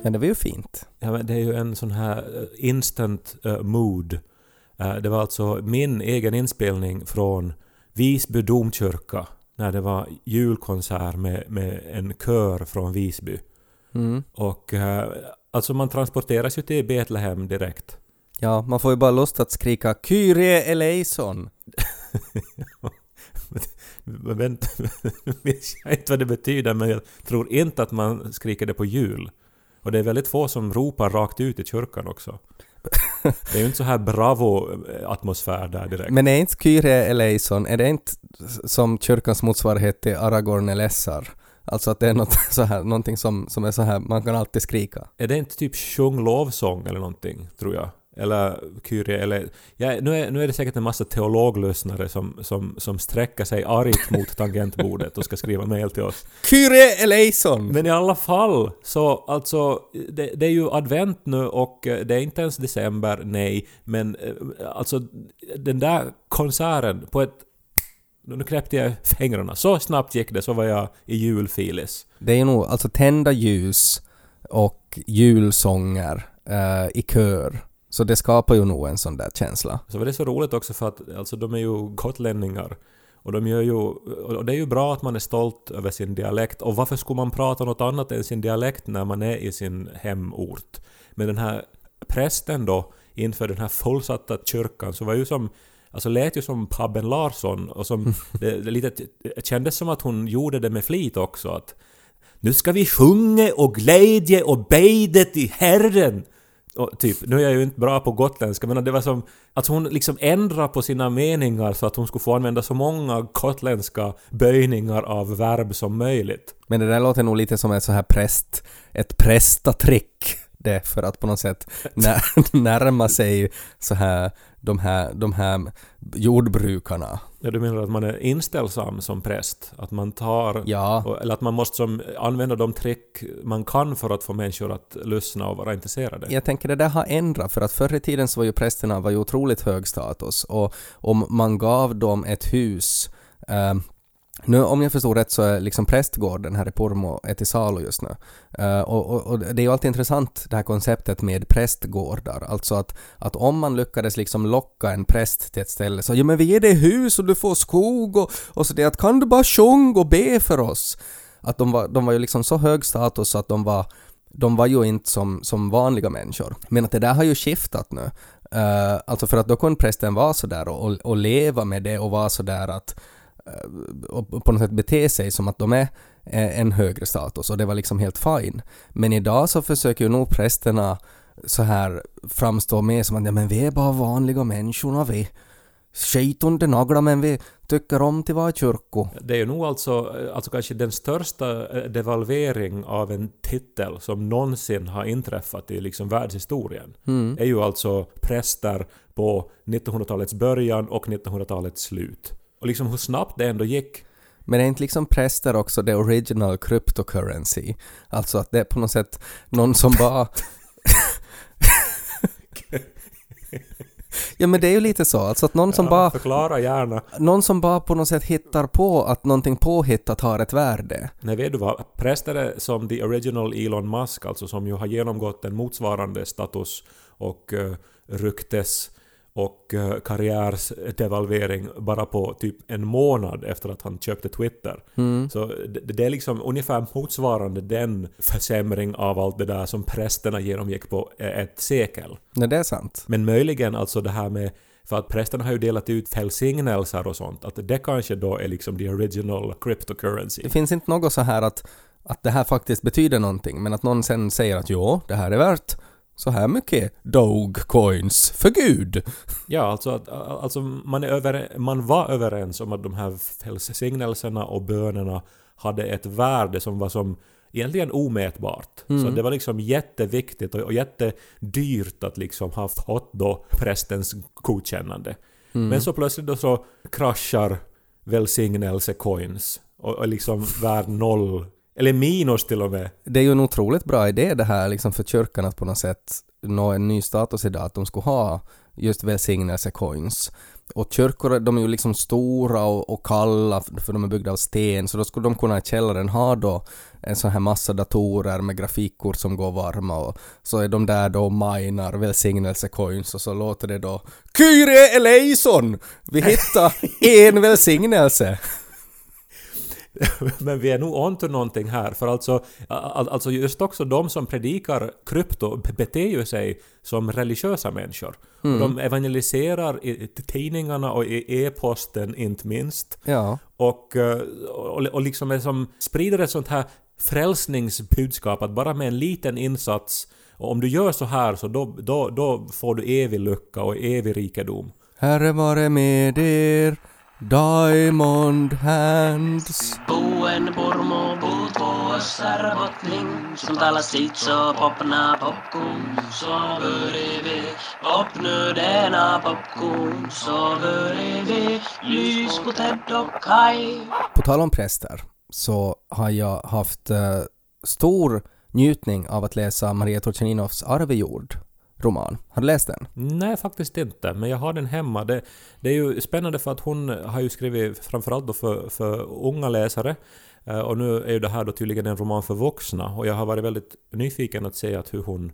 Men det var ju fint. Ja, men det är ju en sån här instant mood. Det var alltså min egen inspelning från Visby domkyrka när det var julkonsert med en kör från Visby. Och alltså man transporteras ju till Betlehem direkt. Ja, man får ju bara lust att skrika Kyrie eleison. Jag vet inte vad det betyder, men jag tror inte att man skriker det på jul. Och det är väldigt få som ropar rakt ut i kyrkan också. Det är ju inte så här bravo-atmosfär där direkt. Men är inte Kyrie eleison, är det inte som kyrkans motsvarighet till Aragorn Elessar? Alltså att det är någonting som är så här, man kan alltid skrika. Är det inte typ sjung lovsång eller någonting, tror jag? Eller Kyrie, eller... Ja, nu är det säkert en massa teologlyssnare som sträcker sig argt mot tangentbordet och ska skriva mejl till oss. Kyrie eleison! Men i alla fall, så alltså, det är ju advent nu och det är inte ens december, nej. Men alltså, den där konserten på ett... Nu knäppte jag fingrarna. Så snabbt gick det, så var jag i julfilis. Det är ju nog alltså tända ljus och julsånger i kör. Så det skapar ju nog en sån där känsla. Så var det så roligt också för att alltså, de är ju gotlänningar. Och det är ju bra att man är stolt över sin dialekt. Och varför skulle man prata något annat än sin dialekt när man är i sin hemort? Men den här prästen då, inför den här fullsatta kyrkan, så var ju som... Alltså lät ju som Pabben Larsson och som det kändes som att hon gjorde det med flit också, att nu ska vi sjunga och glädje och beidet i Herren. Och typ, nu är jag ju inte bra på gotländska, men det var som att hon liksom ändrade på sina meningar så att hon skulle få använda så många gotländska böjningar av verb som möjligt. Men det där låter nog lite som ett prästatrick. Det för att på något sätt närma sig så här de här jordbrukarna. Ja, du menar att man är inställsam som präst? Att man tar... Ja. Eller att man måste använda de trick man kan för att få människor att lyssna och vara intresserade? Jag tänker det där har ändrat, för att förr i tiden så var ju prästerna var ju otroligt hög status. Och om man gav dem ett hus... Nu om jag förstår rätt så är liksom prästgården här i Pormo är till salu just nu. Och det är ju alltid intressant det här konceptet med prästgårdar. Alltså att om man lyckades liksom locka en präst till ett ställe så ja men vi ger dig hus och du får skog och så det att kan du bara sjunga och be för oss. Att de var ju liksom så hög status så att de var ju inte som vanliga människor. Men att det där har ju skiftat nu. Alltså för att då kunde prästen vara så där och leva med det och vara så där att och på något sätt bete sig som att de är en högre status, och det var liksom helt fine. Men idag så försöker ju nog prästerna så här framstå med som att ja, men vi är bara vanliga människorna, vi skit det naglar, men vi tycker om till vara kyrko. Det är ju nog alltså kanske den största devalvering av en titel som någonsin har inträffat i liksom världshistorien. Är ju alltså präster på 1900-talets början och 1900-talets slut. Och liksom hur snabbt det ändå gick. Men är inte liksom präster också the original cryptocurrency? Alltså att det är på något sätt någon som bara... Ja men det är ju lite så. Alltså att någon som bara... Förklara gärna. Någon som bara på något sätt hittar på att någonting påhittat har ett värde. Nej, vet du vad? Präster är som the original Elon Musk, alltså som ju har genomgått en motsvarande status och ryktes och karriärsdevalvering bara på typ en månad efter att han köpte Twitter. Så det är liksom ungefär motsvarande den försämring av allt det där som prästerna genomgick på ett sekel. Nej, det är sant. Men möjligen alltså det här med, för att prästerna har ju delat ut välsignelser och sånt, att det kanske då är liksom the original cryptocurrency. Det finns inte något så här att det här faktiskt betyder någonting, men att någon sen säger att jo, det här är värt så här mycket Dogecoins för Gud. Ja, alltså man var överens om att de här välsignelserna och bönerna hade ett värde som var som egentligen omätbart. Så det var liksom jätteviktigt och jättedyrt att liksom ha fått då prästens godkännande. Men så plötsligt då så kraschar välsignelsecoins och liksom värd noll. Eller minus till och med. Det är ju en otroligt bra idé det här liksom för kyrkan att på något sätt nå en ny status idag, att de skulle ha just välsignelsecoins. Och kyrkor, de är ju liksom stora och kalla för de är byggda av sten, så då skulle de kunna i källaren ha då en sån här massa datorer med grafikkort som går varma, och så är de där då och minar välsignelsecoins, och så låter det då Kyrie eleison! Vi hittar en välsignelse! Men vi är nog on to någonting här, för alltså just också de som predikar krypto beter ju sig som religiösa människor. Och de evangeliserar i tidningarna och i e-posten inte minst. Ja. Och liksom är som sprider ett sånt här frälsningsbudskap att bara med en liten insats, och om du gör så här så då får du evig lycka och evig rikedom. Herre vare med er, Diamond Hands. Buen pormo puut vuossar botling, som talar sitt så popna popcorn, så börjar vi popnödena popcorn, så börjar vi lys på Ted och Kai. På tal om präster så har jag haft stor njutning av att läsa Maria Turcheninovs Arvejord roman. Har du läst den? Nej, faktiskt inte. Men jag har den hemma. Det är ju spännande för att hon har ju skrivit framförallt då för unga läsare. Och nu är ju det här då tydligen en roman för vuxna. Och jag har varit väldigt nyfiken att se att hur hon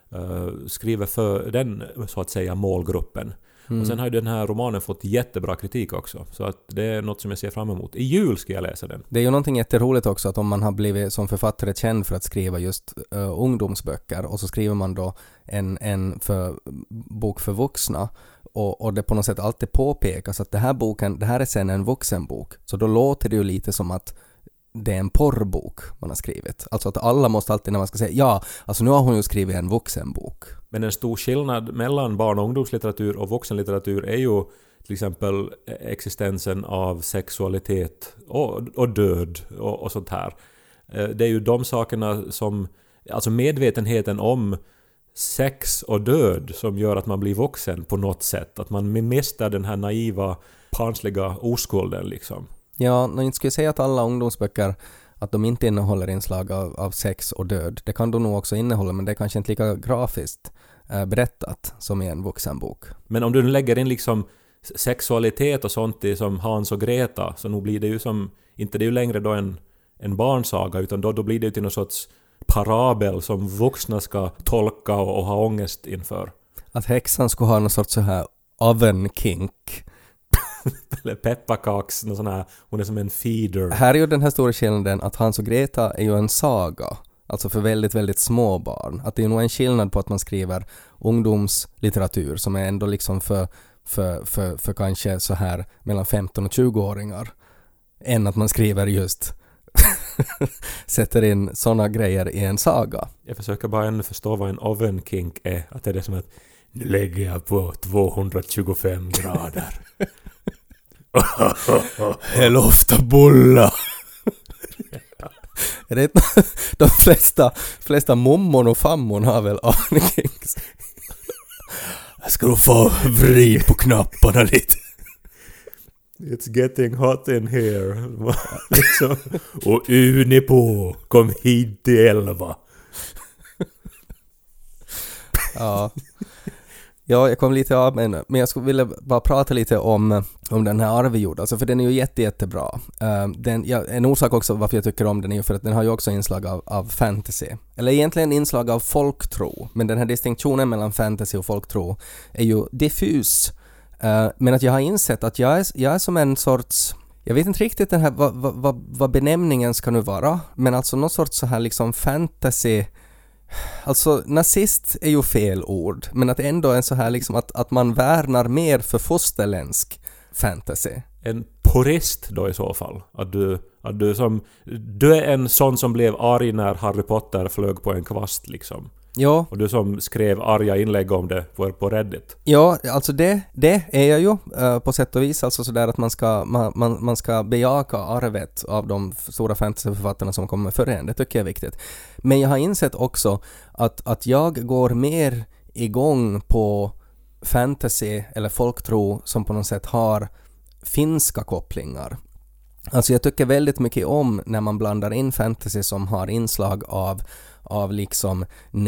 skriver för den, så att säga, målgruppen. Och sen har ju den här romanen fått jättebra kritik också. Så att det är något som jag ser fram emot. I jul ska jag läsa den. Det är ju någonting jätteroligt också att om man har blivit som författare känd för att skriva just ungdomsböcker, och så skriver man då en bok för vuxna, och det på något sätt alltid påpekas att det här är sen en vuxenbok. Så då låter det ju lite som att det är en porrbok man har skrivit. Alltså att alla måste alltid, när man ska säga ja, alltså nu har hon ju skrivit en vuxenbok. Men en stor skillnad mellan barn- och ungdomslitteratur och vuxenlitteratur är ju till exempel existensen av sexualitet och död och sånt här. Det är ju de sakerna som, alltså medvetenheten om sex och död, som gör att man blir vuxen på något sätt. Att man mistar den här naiva, barnsliga oskulden liksom. Ja, men jag skulle säga att alla ungdomsböcker, att de inte innehåller inslag av sex och död. Det kan de nog också innehålla, men det är kanske inte lika grafiskt berättat som i en vuxenbok. Men om du lägger in liksom sexualitet och sånt som Hans och Greta, så nog blir det ju som, inte det är ju längre då en barnsaga, utan då blir det ju till någon sorts parabel som vuxna ska tolka och ha ångest inför. Att häxan skulle ha någon sorts så här oven kink. Eller pepparkaks, någon sån här, hon är som en feeder. Här är ju den här stora skillnaden att Hans och Greta är ju en saga. Alltså för väldigt, väldigt små barn. Att det är nog en skillnad på att man skriver ungdomslitteratur som är ändå liksom för kanske så här mellan 15 och 20-åringar. Än att man skriver just sätter in såna grejer i en saga. Jag försöker bara ännu förstå vad en oven kink är. Att det är som att nu lägger jag på 225 grader. Häll ofta bulla. De flesta mommon och fammon har väl oven kinks. Jag ska då få vrid på knapparna lite. It's getting hot in here. Liksom. Och uni på. Kom hit till 11. Ja. Ja, jag kom lite av men jag skulle vilja bara prata lite om den här Arvejord, alltså för den är ju jättebra. En orsak också varför jag tycker om den är ju för att den har ju också inslag av fantasy. Eller egentligen inslag av folktro, men den här distinktionen mellan fantasy och folktro är ju diffus. Men att jag har insett att jag är som en sorts, jag vet inte riktigt den här vad benämningen ska nu vara, men alltså någon sorts så här liksom fantasy. Alltså nazist är ju fel ord, men att ändå är så här liksom att man värnar mer för fosterländsk fantasy. En purist då i så fall. Att du är en sån som blev arg när Harry Potter flög på en kvast liksom. Ja. Och du som skrev arga inlägg om det på Reddit. Ja, alltså det är jag ju på sätt och vis, alltså sådär att man ska bejaka arvet av de stora fantasyförfattarna som kommer före en. Det tycker jag är viktigt. Men jag har insett också att jag går mer igång på fantasy eller folktro som på något sätt har finska kopplingar. Alltså jag tycker väldigt mycket om när man blandar in fantasy som har inslag av liksom Näcken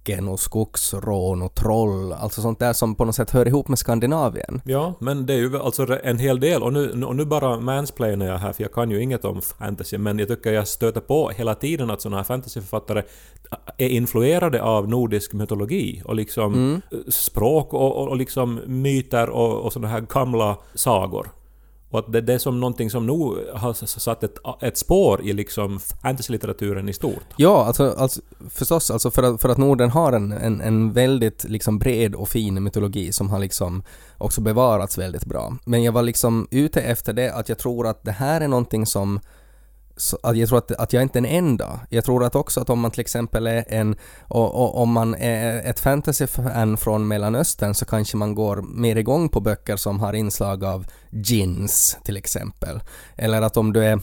tecken och skogsrån och troll, alltså sånt där som på något sätt hör ihop med Skandinavien. Ja, men det är ju alltså en hel del, och nu bara mansplainar jag här, för jag kan ju inget om fantasy, men jag tycker jag stöter på hela tiden att såna här fantasyförfattare är influerade av nordisk mytologi och liksom språk och liksom myter och såna här gamla sagor. Och att det är som någonting som nog har satt ett spår i liksom fantasy-litteraturen i stort. Ja, alltså förstås, alltså för att Norden har en väldigt liksom bred och fin mytologi som har liksom också bevarats väldigt bra. Men jag var liksom ute efter det, att jag tror att det här är någonting som jag tror att jag inte är en enda. Jag tror att också att om man till exempel är om man är ett fantasy-fan från Mellanöstern, så kanske man går mer igång på böcker som har inslag av djinns till exempel. Eller att om du är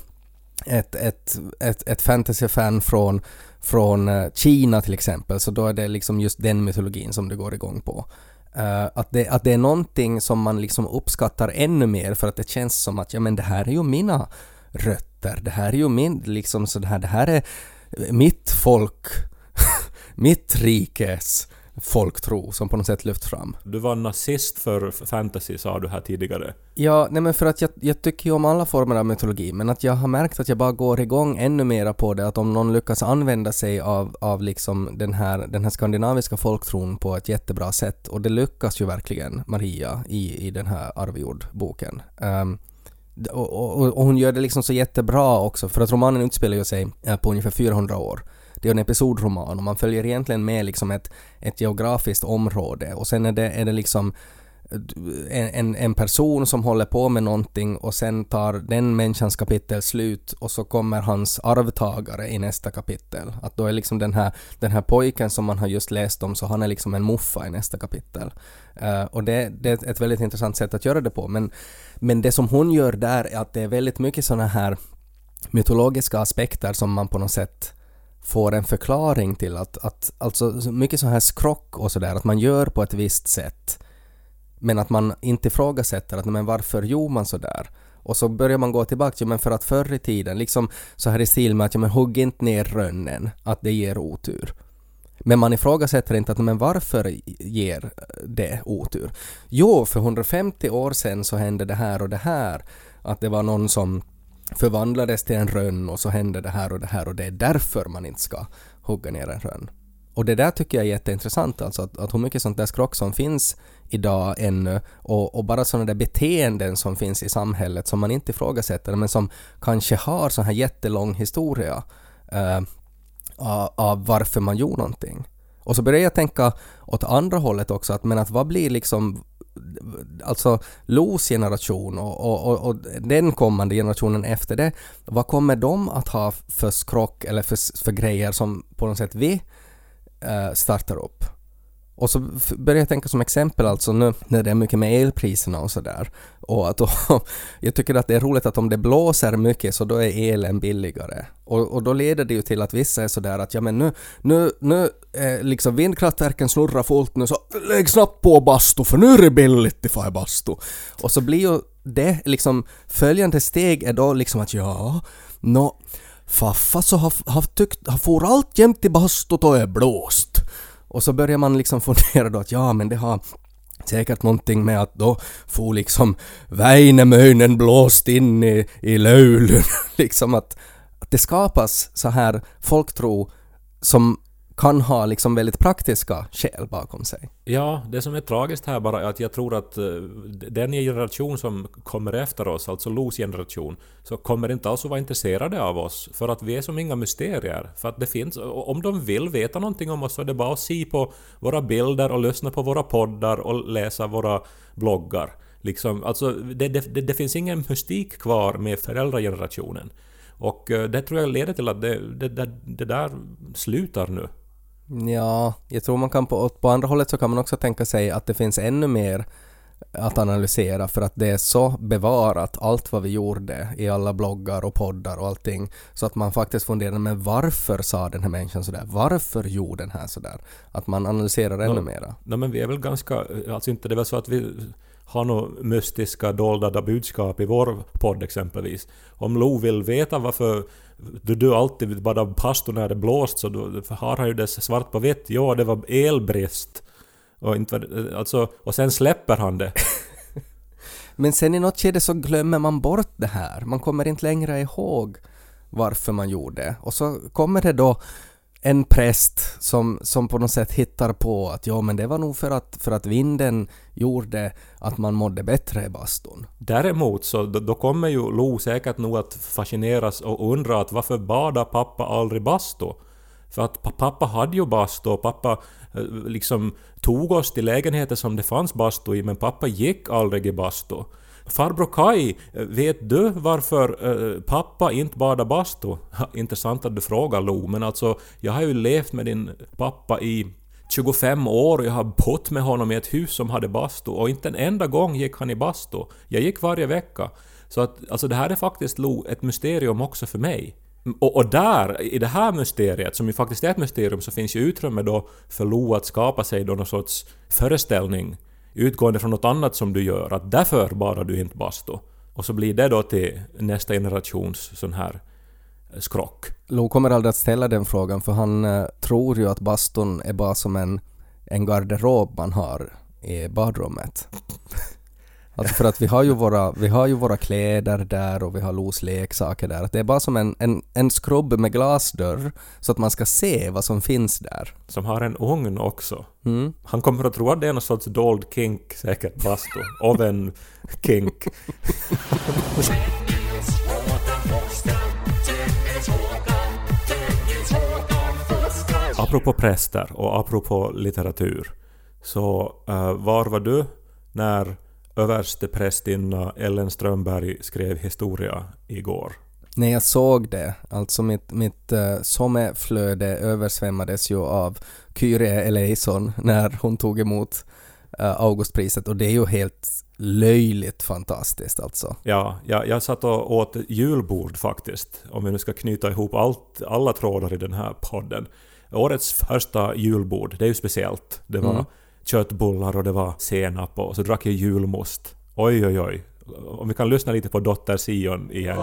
ett fantasy-fan från Kina till exempel, så då är det liksom just den mytologin som du går igång på. Att det är någonting som man liksom uppskattar ännu mer, för att det känns som att ja, men det här är ju mina rötter, det här är ju min liksom, så det här är mitt folk mitt rikes folktro som på något sätt lyft fram. Du var nazist för fantasy, sa du här tidigare. Ja, nej men för att jag tycker ju om alla former av mytologi, men att jag har märkt att jag bara går igång ännu mera på det, att om någon lyckas använda sig av liksom den här skandinaviska folktron på ett jättebra sätt, och det lyckas ju verkligen Maria i den här Arvjord-boken. Och hon gör det liksom så jättebra också, för att romanen utspelar ju sig på ungefär 400 år. Det är en episodroman och man följer egentligen med liksom ett geografiskt område, och sen är det liksom en person som håller på med någonting, och sen tar den människans kapitel slut och så kommer hans arvtagare i nästa kapitel. Att då är liksom den här pojken som man har just läst om, så han är liksom en muffa i nästa kapitel. Och det är ett väldigt intressant sätt att göra det på. Men det som hon gör där är att det är väldigt mycket såna här mytologiska aspekter som man på något sätt får en förklaring till, att alltså mycket så här skrock och sådär, att man gör på ett visst sätt, men att man inte ifrågasätter att men varför gör man så där? Och så börjar man gå tillbaka, men för att förr i tiden liksom så här i stil med att men hugg inte ner rönnen, att det ger otur. Men man ifrågasätter inte att men varför ger det otur? Jo, för 150 år sedan så hände det här och det här, att det var någon som förvandlades till en rönn, och så hände det här och det här, och det är därför man inte ska hugga ner en rönn. Och det där tycker jag är jätteintressant, alltså att hur mycket sånt där skrock som finns idag ännu, och bara sådana där beteenden som finns i samhället som man inte ifrågasätter, men som kanske har så här jättelång historia av varför man gjorde någonting. Och så börjar jag tänka åt andra hållet också, att vad blir liksom alltså Los generation och den kommande generationen efter det, vad kommer de att ha för skrock eller för grejer som på något sätt vi startar upp? Och så börjar jag tänka som exempel, alltså nu när det är mycket med elpriserna och sådär, och att jag tycker att det är roligt att om det blåser mycket så då är elen billigare, och då leder det ju till att vissa är sådär att ja men nu liksom vindkraftverken snurrar fullt nu, så lägg snabbt på bastu för nu är det billigt ifall bastu, och så blir ju det liksom följande steg är då liksom att faffa så har for allt jämt till bastu och är blåst. Och så börjar man liksom fundera då att ja, men det har säkert någonting med att då får liksom Väinämöinen blåst in i Löylyn. Liksom att det skapas så här folktro som kan ha liksom väldigt praktiska skäl bakom sig. Ja, det som är tragiskt här bara är att jag tror att den generation som kommer efter oss, alltså Los generation, så kommer inte alls att vara intresserade av oss, för att vi är som inga mysterier. För att det finns, om de vill veta någonting om oss, så är det bara att se på våra bilder och lyssna på våra poddar och läsa våra bloggar. Liksom, alltså, det finns ingen mystik kvar med föräldragenerationen. Och det tror jag leder till att det där slutar nu. Ja, jag tror man kan på andra hållet så kan man också tänka sig att det finns ännu mer att analysera, för att det är så bevarat allt vad vi gjorde i alla bloggar och poddar och allting, så att man faktiskt funderar, men varför sa den här människan sådär? Varför gjorde den här sådär? Att man analyserar ännu mera. Nej, men vi är väl ganska, alltså inte det är väl så att vi ha några mystiska dolda budskap i vår podd exempelvis. Om Lo vill veta varför du alltid bara pastor när det blåst, så då har han ju det svart på vitt. Ja, det var elbrist. Och, och sen släpper han det. Men sen i något skede så glömmer man bort det här. Man kommer inte längre ihåg varför man gjorde det. Och så kommer det då en präst som på något sätt hittar på att ja, men det var nog för att vinden gjorde att man mådde bättre i bastun. Däremot så då kommer ju Lo säkert nog att fascineras och undra att varför badar pappa aldrig bastu? För att pappa hade ju bastu och pappa liksom tog oss till lägenheter som det fanns bastu i, men pappa gick aldrig i bastu. Farbror Kai, vet du varför pappa inte badar bastu? Intressant att du frågar, Lo, men alltså jag har ju levt med din pappa i 25 år och jag har bott med honom i ett hus som hade bastu och inte en enda gång gick han i bastu. Jag gick varje vecka. Så att alltså det här är faktiskt, Lo, ett mysterium också för mig. Och där, i det här mysteriet, som ju faktiskt är ett mysterium, så finns ju utrymme då för Lo att skapa sig då någon sorts föreställning utgående från något annat som du gör, att därför bara du inte bastu. Och så blir det då till nästa generations sån här skrock. Lo kommer aldrig att ställa den frågan, för han tror ju att bastun är bara som en garderob man har i badrummet. Alltså för att vi har ju våra kläder där och vi har Los leksaker där. Att det är bara som en skrubb med glasdörr så att man ska se vad som finns där. Som har en ugn också. Mm. Han kommer att tro att det är någon sorts dold kink, säkert bastu. Oven kink. Apropå präster och apropå litteratur. Så var var du när översteprästinna Ellen Strömberg skrev historia igår? När jag såg det, alltså mitt sommarflöde översvämmades ju av Kyrie Eleison när hon tog emot Augustpriset, och det är ju helt löjligt fantastiskt alltså. Ja, jag satt och åt julbord faktiskt, om vi nu ska knyta ihop alla trådar i den här podden. Årets första julbord, det är ju speciellt. Det var köttbullar och det var senap och så drack jag julmust. Oj, oj, oj. Om vi kan lyssna lite på Dotter Sion igen.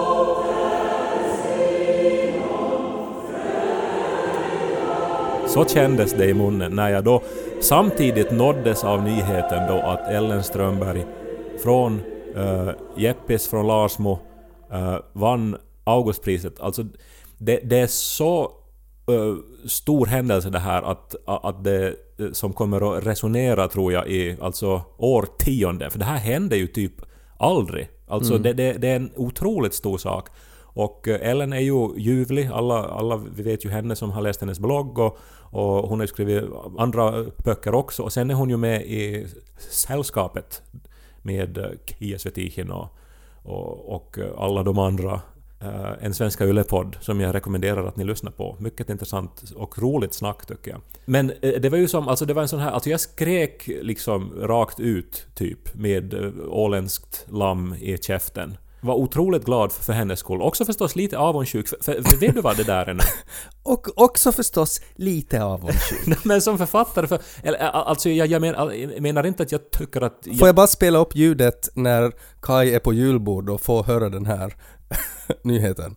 Så kändes det i munnen när jag då samtidigt nåddes av nyheten då att Ellen Strömberg från Jeppis från Larsmo vann Augustpriset. Alltså det är så stor händelse det här att det som kommer att resonera, tror jag, i alltså årtionde. För det här händer ju typ aldrig. Alltså det är en otroligt stor sak. Och Ellen är ju ljuvlig. Alla vi vet ju henne som har läst hennes blogg, och hon har skrivit andra böcker också. Och sen är hon ju med i sällskapet med Kia Svetichin och alla de andra. En svenska Yle-podd som jag rekommenderar att ni lyssnar på. Mycket intressant och roligt snack, tycker jag. Men det var ju som, alltså det var en sån här, alltså jag skrek liksom rakt ut typ med åländskt lamm i käften. Var otroligt glad för hennes skull. Också förstås lite avundsjuk. För vet du vad det där är nu? Och också förstås lite avundsjuk. Men som författare, alltså jag menar inte att jag tycker att... Får jag bara spela upp ljudet när Kai är på julbord och får höra den här nyheten?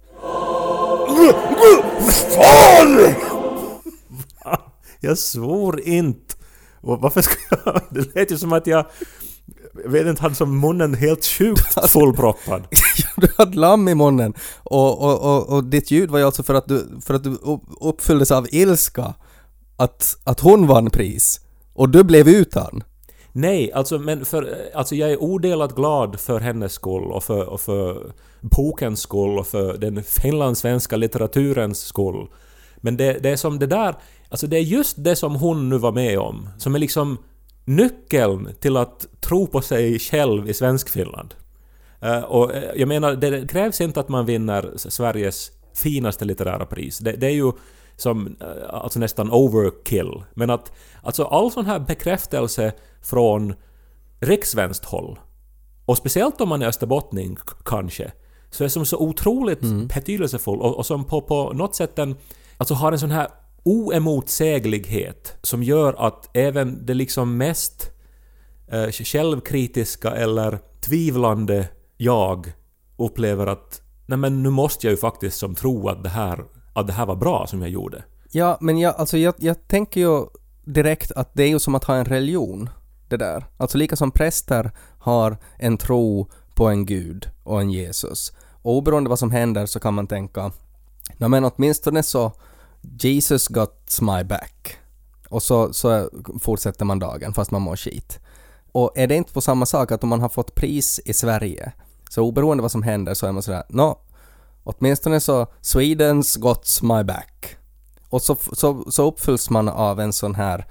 Fan! Jag svor inte. Varför ska jag... Det lät ju som att jag vet inte, hade som munnen helt sjukt fullproppad. Du hade lamm i munnen och ditt ljud var ju alltså för att du uppfylldes av ilska att hon vann pris och du blev utan. Nej, alltså jag är odelat glad för hennes skull och för bokens skull och för den finlandssvenska litteraturens skull. Men det är som det där, alltså det är just det som hon nu var med om som är liksom nyckeln till att tro på sig själv i Svenskfinland. Och jag menar, det krävs inte att man vinner Sveriges finaste litterära pris. Det är ju som alltså nästan overkill. Men att alltså all sån här bekräftelse från rikssvenskt håll, och speciellt om man är österbottning kanske, så är som så otroligt betydelsefull och som på något sätt alltså har en sån här oemotsäglighet som gör att även det liksom mest självkritiska eller tvivlande jag upplever att nej men nu måste jag ju faktiskt som tro att det här var bra som jag gjorde. Ja, men jag tänker ju direkt att det är ju som att ha en religion, det där. Alltså lika som präster har en tro på en Gud och en Jesus. Och oberoende vad som händer så kan man tänka, nej men åtminstone så Jesus got my back. Och så fortsätter man dagen fast man mår skit. Och är det inte på samma sak att om man har fått pris i Sverige, så oberoende vad som händer så är man sådär, åtminstone så Sweden's got my back. Och så uppfylls man av en sån här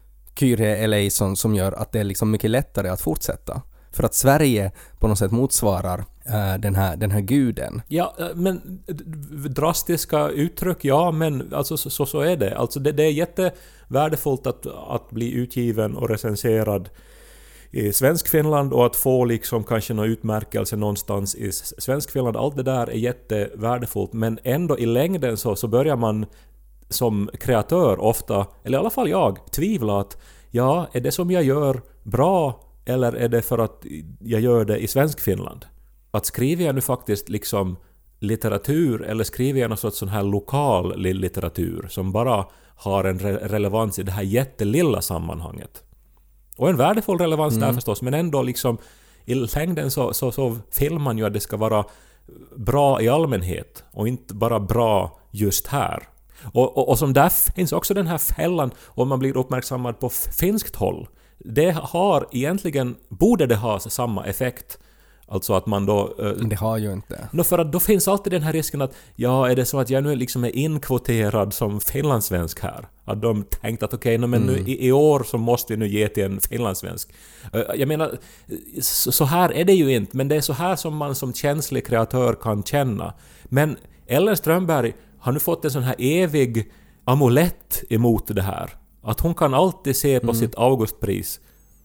Kyrie eleison som gör att det är liksom mycket lättare att fortsätta. För att Sverige på något sätt motsvarar den här guden. Ja, men drastiska uttryck, ja, men alltså så är det. Alltså det är jättevärdefullt att bli utgiven och recenserad i Svenskfinland och att få liksom kanske någon utmärkelse någonstans i Svenskfinland. Allt det där är jättevärdefullt, men ändå i längden så börjar man som kreatör ofta, eller i alla fall jag, tvivla att ja, är det som jag gör bra eller är det för att jag gör det i Svenskfinland? Att skriver jag nu faktiskt liksom litteratur eller skriver jag någon sorts sån här lokal litteratur som bara har en relevans i det här jättelilla sammanhanget. Och en värdefull relevans där förstås, men ändå liksom i längden så vill man ju att det ska vara bra i allmänhet och inte bara bra just här. Och som där finns också den här fällan om man blir uppmärksammad på finskt håll. Det har egentligen, borde det ha samma effekt. Alltså att man då... det har ju inte. För att då finns alltid den här risken att ja, är det så att jag nu liksom är inkvoterad som finlandssvensk här? Att de tänkt att okej, men nu i år så måste vi nu ge till en finlandssvensk. Jag menar, så här är det ju inte, men det är så här som man som känslig kreatör kan känna. Men Ellen Strömberg har nu fått en sån här evig amulett emot det här. Att hon kan alltid se på sitt Augustpris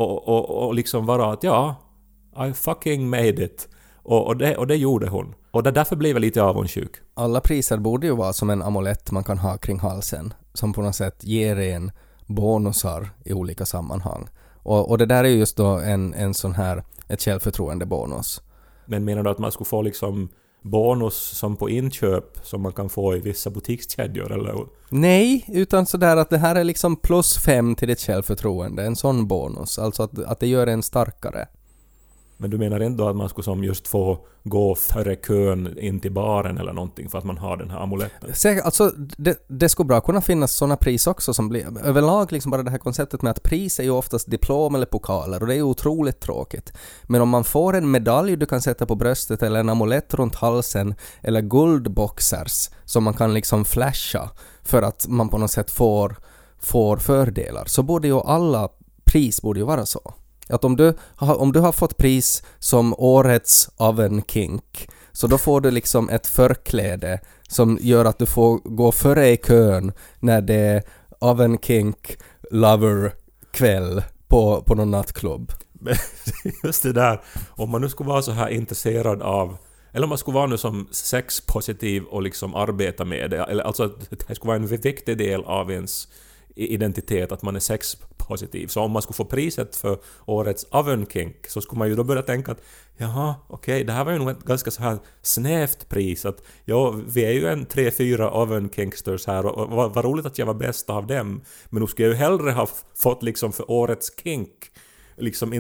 och liksom vara att ja, I fucking made it. Och det gjorde hon. Och därför blev jag lite avundsjuk. Alla priser borde ju vara som en amulett man kan ha kring halsen. Som på något sätt ger en bonusar i olika sammanhang. Och det där är ju just då en sån här, ett självförtroende bonus. Men menar du att man skulle få liksom bonus som på inköp som man kan få i vissa butikskedjor eller? Nej, utan sådär att det här är liksom +5 till ditt självförtroende. En sån bonus. Alltså att det gör en starkare. Men du menar ändå att man skulle som just få gå före kön in till baren eller någonting för att man har den här amuletten? Säkert, alltså det skulle bra kunna finnas sådana pris också som blir överlag liksom bara det här konceptet med att pris är ju oftast diplom eller pokaler och det är ju otroligt tråkigt. Men om man får en medalj du kan sätta på bröstet eller en amulett runt halsen eller guldboxers som man kan liksom flasha för att man på något sätt får fördelar, så borde ju alla pris borde ju vara så. Att om du har fått pris som årets oven-kink, så då får du liksom ett förkläde som gör att du får gå före i kön när det är oven-kink lover kväll på någon nattklubb. Men just det där, om man nu skulle vara så här intresserad av, eller om man skulle vara nu som sexpositiv och liksom arbeta med det, eller alltså det skulle vara en viktig del av ens identitet att man är sexpositiv. Så om man skulle få priset för årets oven-kink så skulle man ju då börja tänka att jaha, okej, det här var ju nog ett ganska så här snävt pris. Att ja, vi är ju en 3-4 oven-kinksters här och vad roligt att jag var bäst av dem. Men nu skulle jag ju hellre ha fått liksom för årets kink liksom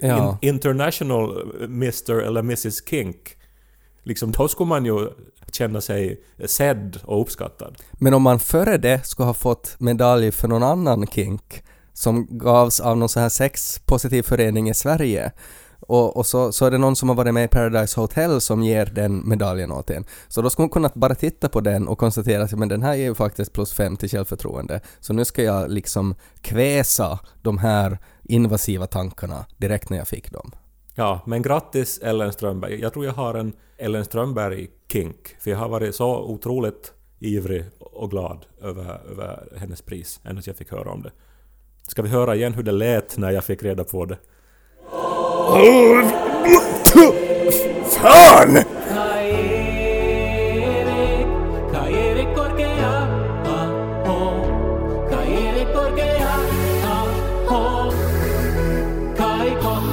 international Mr. eller Mrs. Kink. Liksom, då skulle man ju känna sig sedd och uppskattad. Men om man före det skulle ha fått medalj för någon annan kink som gavs av någon så här sexpositiv förening i Sverige och så är det någon som har varit med i Paradise Hotel som ger den medaljen åt en. Så då skulle man kunna bara titta på den och konstatera att men den här är ju faktiskt +5 till självförtroende. Så nu ska jag liksom kväsa de här invasiva tankarna direkt när jag fick dem. Ja, men grattis Ellen Strömberg. Jag tror jag har en Ellen Strömberg-kink. För jag har varit så otroligt ivrig och glad över hennes pris. Ända jag fick höra om det. Ska vi höra igen hur det lät när jag fick reda på det? Fan! Kai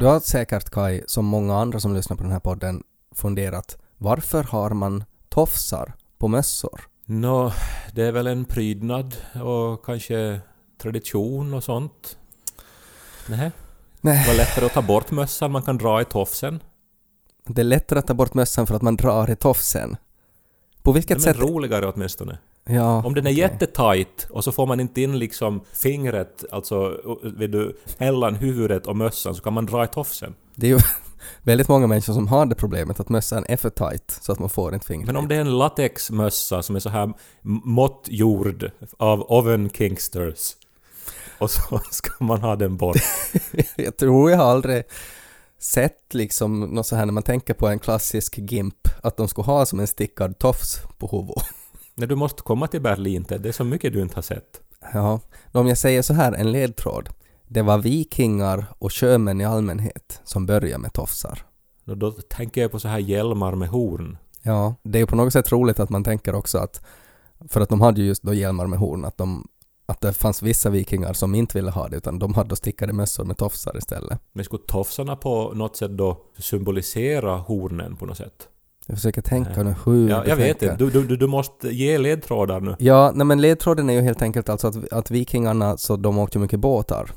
Du har säkert, Kai, som många andra som lyssnar på den här podden, funderat, varför har man tofsar på mössor? Det är väl en prydnad och kanske tradition och sånt. Nej. Det var lättare att ta bort mössan, man kan dra i tofsen. Det är lättare att ta bort mössan för att man drar i tofsen. På vilket sätt? Det är roligare åtminstone. Ja, om den är jättetajt och så får man inte in liksom fingret, alltså vid du mellan huvudet och mössan, så kan man dra i tofsen. Det är ju väldigt många människor som har det problemet att mössan är för tajt så att man får inte fingret. Men om det är en latexmössa som är så här måttgjord av oven kingsters och så ska man ha den bort. Jag tror jag har aldrig sett liksom något så här när man tänker på en klassisk gimp att de ska ha som en stickad tofs på huvudet. Nej, du måste komma till Berlin, det är så mycket du inte har sett. Ja, om jag säger så här, en ledtråd. Det var vikingar och sjömän i allmänhet som började med tofsar. Då tänker jag på så här hjälmar med horn. Ja, det är ju på något sätt roligt att man tänker också att, för att de hade ju just då hjälmar med horn, att det fanns vissa vikingar som inte ville ha det, utan de hade då stickade mössor med tofsar istället. Men skulle tofsarna på något sätt då symbolisera hornen på något sätt? Jag försöker tänka nu hur jag vet inte. Du måste ge ledtrådar nu. Ja, nej, men ledtråden är ju helt enkelt alltså att vikingarna, så de åkte mycket båtar.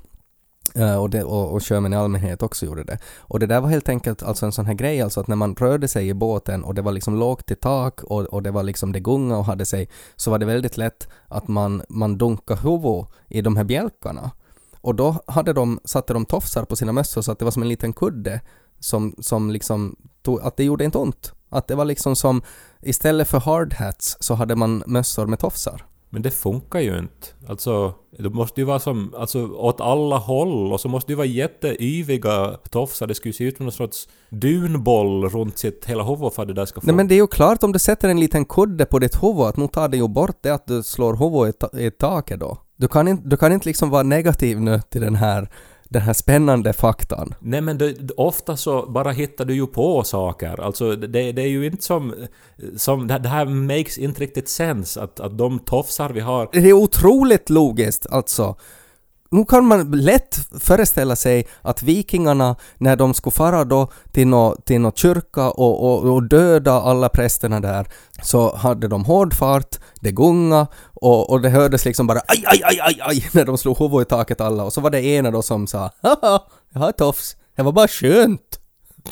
Och sjömän i allmänhet också gjorde det. Och det där var helt enkelt alltså en sån här grej, alltså att när man rörde sig i båten och det var liksom lågt i tak och det var liksom det gunga och hade sig, så var det väldigt lätt att man dunkade huvudet i de här bjälkarna. Och då satte de tofsar på sina mössor så att det var som en liten kudde som liksom tog, att det gjorde inte ont. Att det var liksom som, istället för hard hats så hade man mössor med tofsar. Men det funkar ju inte. Alltså, det måste ju vara som, alltså åt alla håll, och så måste det ju vara jätteyviga tofsar. Det skulle se ut som någon sorts dunboll runt sitt hela huvud för att det där ska få. Nej, men det är ju klart, om du sätter en liten kudde på ditt huvud, att nu tar det ju bort det att du slår huvudet i taket då. Du kan inte liksom vara negativ nu till den här spännande faktan. Nej, men ofta så bara hittar du ju på saker. Alltså det är ju inte som det här makes inte riktigt sense att de tofsar vi har. Det är otroligt logiskt alltså. Nu kan man lätt föreställa sig att vikingarna, när de skulle fara då till någon kyrka och döda alla prästerna där, så hade de hård fart, det gunga och det hördes liksom bara aj när de slog huvudet i taket alla. Och så var det ena då som sa, haha, jag har tofs, det var bara skönt.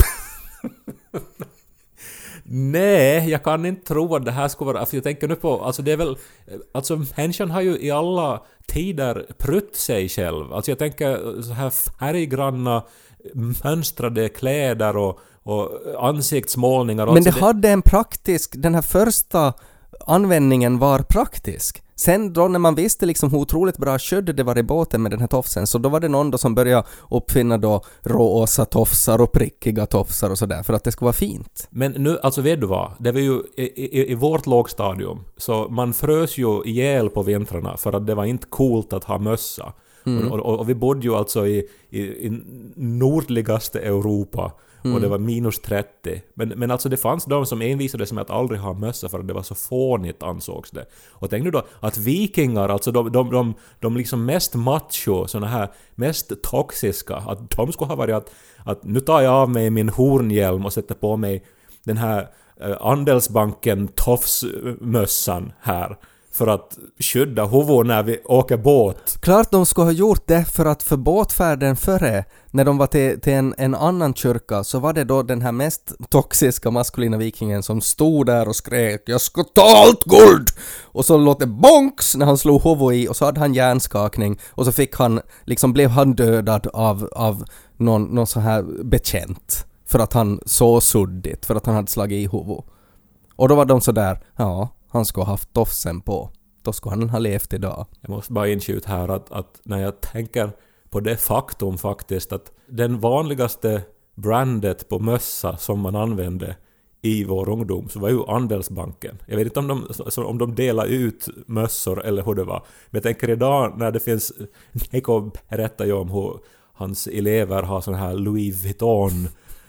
Nej, jag kan inte tro att det här skulle vara, för jag tänker nu på, alltså det är väl, alltså människan har ju i alla tider prutt sig själv. Alltså jag tänker så här färggranna mönstrade kläder och ansiktsmålningar. Men det hade den här första användningen var praktisk. Sen då när man visste liksom hur otroligt bra skydd det var i båten med den här tofsen, så då var det någon då som började uppfinna då rosa tofsar och prickiga tofsar och sådär för att det skulle vara fint. Men nu, alltså vet du vad? Det var ju i vårt lågstadium, så man frös ju ihjäl på vintrarna för att det var inte coolt att ha mössa. Och vi bodde ju alltså i nordligaste Europa. Och det var minus 30. Men alltså det fanns de som envisade sig med att aldrig ha mössa för att det var så fånigt, ansågs det. Och tänk nu då att vikingar, alltså de liksom mest macho, såna här mest toxiska, att de skulle ha varit att nu tar jag av mig min hornhjälm och sätter på mig den här Andelsbanken tofsmössan här. För att skydda huvudet när vi åker båt. Klart de skulle ha gjort det, för båtfärden före, när de var till en annan kyrka, så var det då den här mest toxiska maskulina vikingen som stod där och skrek, jag ska ta allt guld! Och så låt det bonks när han slog huvudet i, och så hade han hjärnskakning, och så blev han dödad av någon så här bekänt, för att han så suddigt, för att han hade slagit i huvudet. Och då var de så där, ja, han skulle ha haft tofsen på. Då skulle han ha levt idag. Jag måste bara inskjuta här att när jag tänker på det faktum faktiskt att den vanligaste brandet på mössa som man använde i vår ungdom så var ju Andelsbanken. Jag vet inte om de delar ut mössor eller hur det var. Men jag tänker idag när det finns, Nico berättar ju om hur hans elever har sån här Louis Vuitton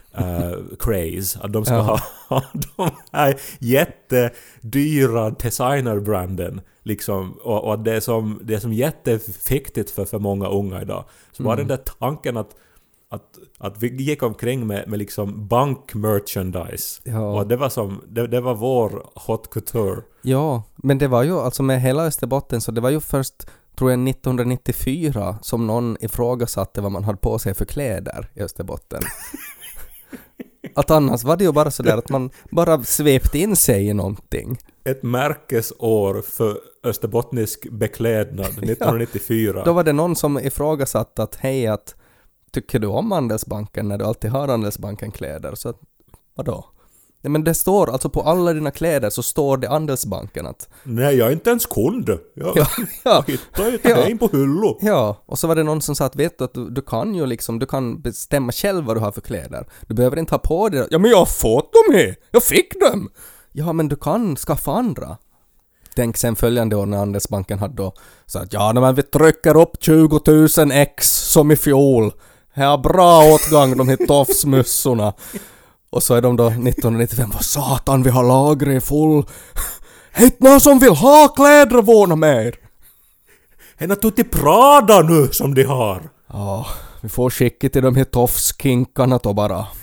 craze, att de ska ha de här jättedyra designerbranden liksom, och det är som jättefiktigt för många unga idag. Så bara den där tanken att att vi gick omkring med liksom bankmerchandise. Ja. Och det var var vår hot couture. Ja, men det var ju alltså med hela Österbotten, så det var ju först, tror jag, 1994 som någon ifrågasatte vad man hade på sig för kläder i Österbotten. Att annars var det ju bara sådär att man bara svepte in sig i någonting. Ett märkesår för österbottnisk beklädnad 1994. Då var det någon som ifrågasatte att hej, att tycker du om Andelsbanken när du alltid har Andelsbanken kläder? Så att, vadå? Nej, men det står, alltså på alla dina kläder så står det Andelsbanken att... Nej, jag är inte ens kund. Ja. Jag hittar ett hem på hyllo. Ja, och så var det någon som sa att vet du att du kan ju liksom, du kan bestämma själv vad du har för kläder. Du behöver inte ha på dig. Ja, men jag har fått dem här. Jag fick dem. Ja, men du kan skaffa andra. Tänk sen följande år när Andelsbanken hade då sagt att ja, men vi trycker upp 20 000 ex som i fjol. Här bra åtgång de här tofsmussorna. Och så är de då 1995, vad satan, vi har lagret full. Hitt någon som vill ha kläder, våna mer. Henne tog till Prada nu som de har. Ja, vi får skicka till de här tofskinkarna då bara.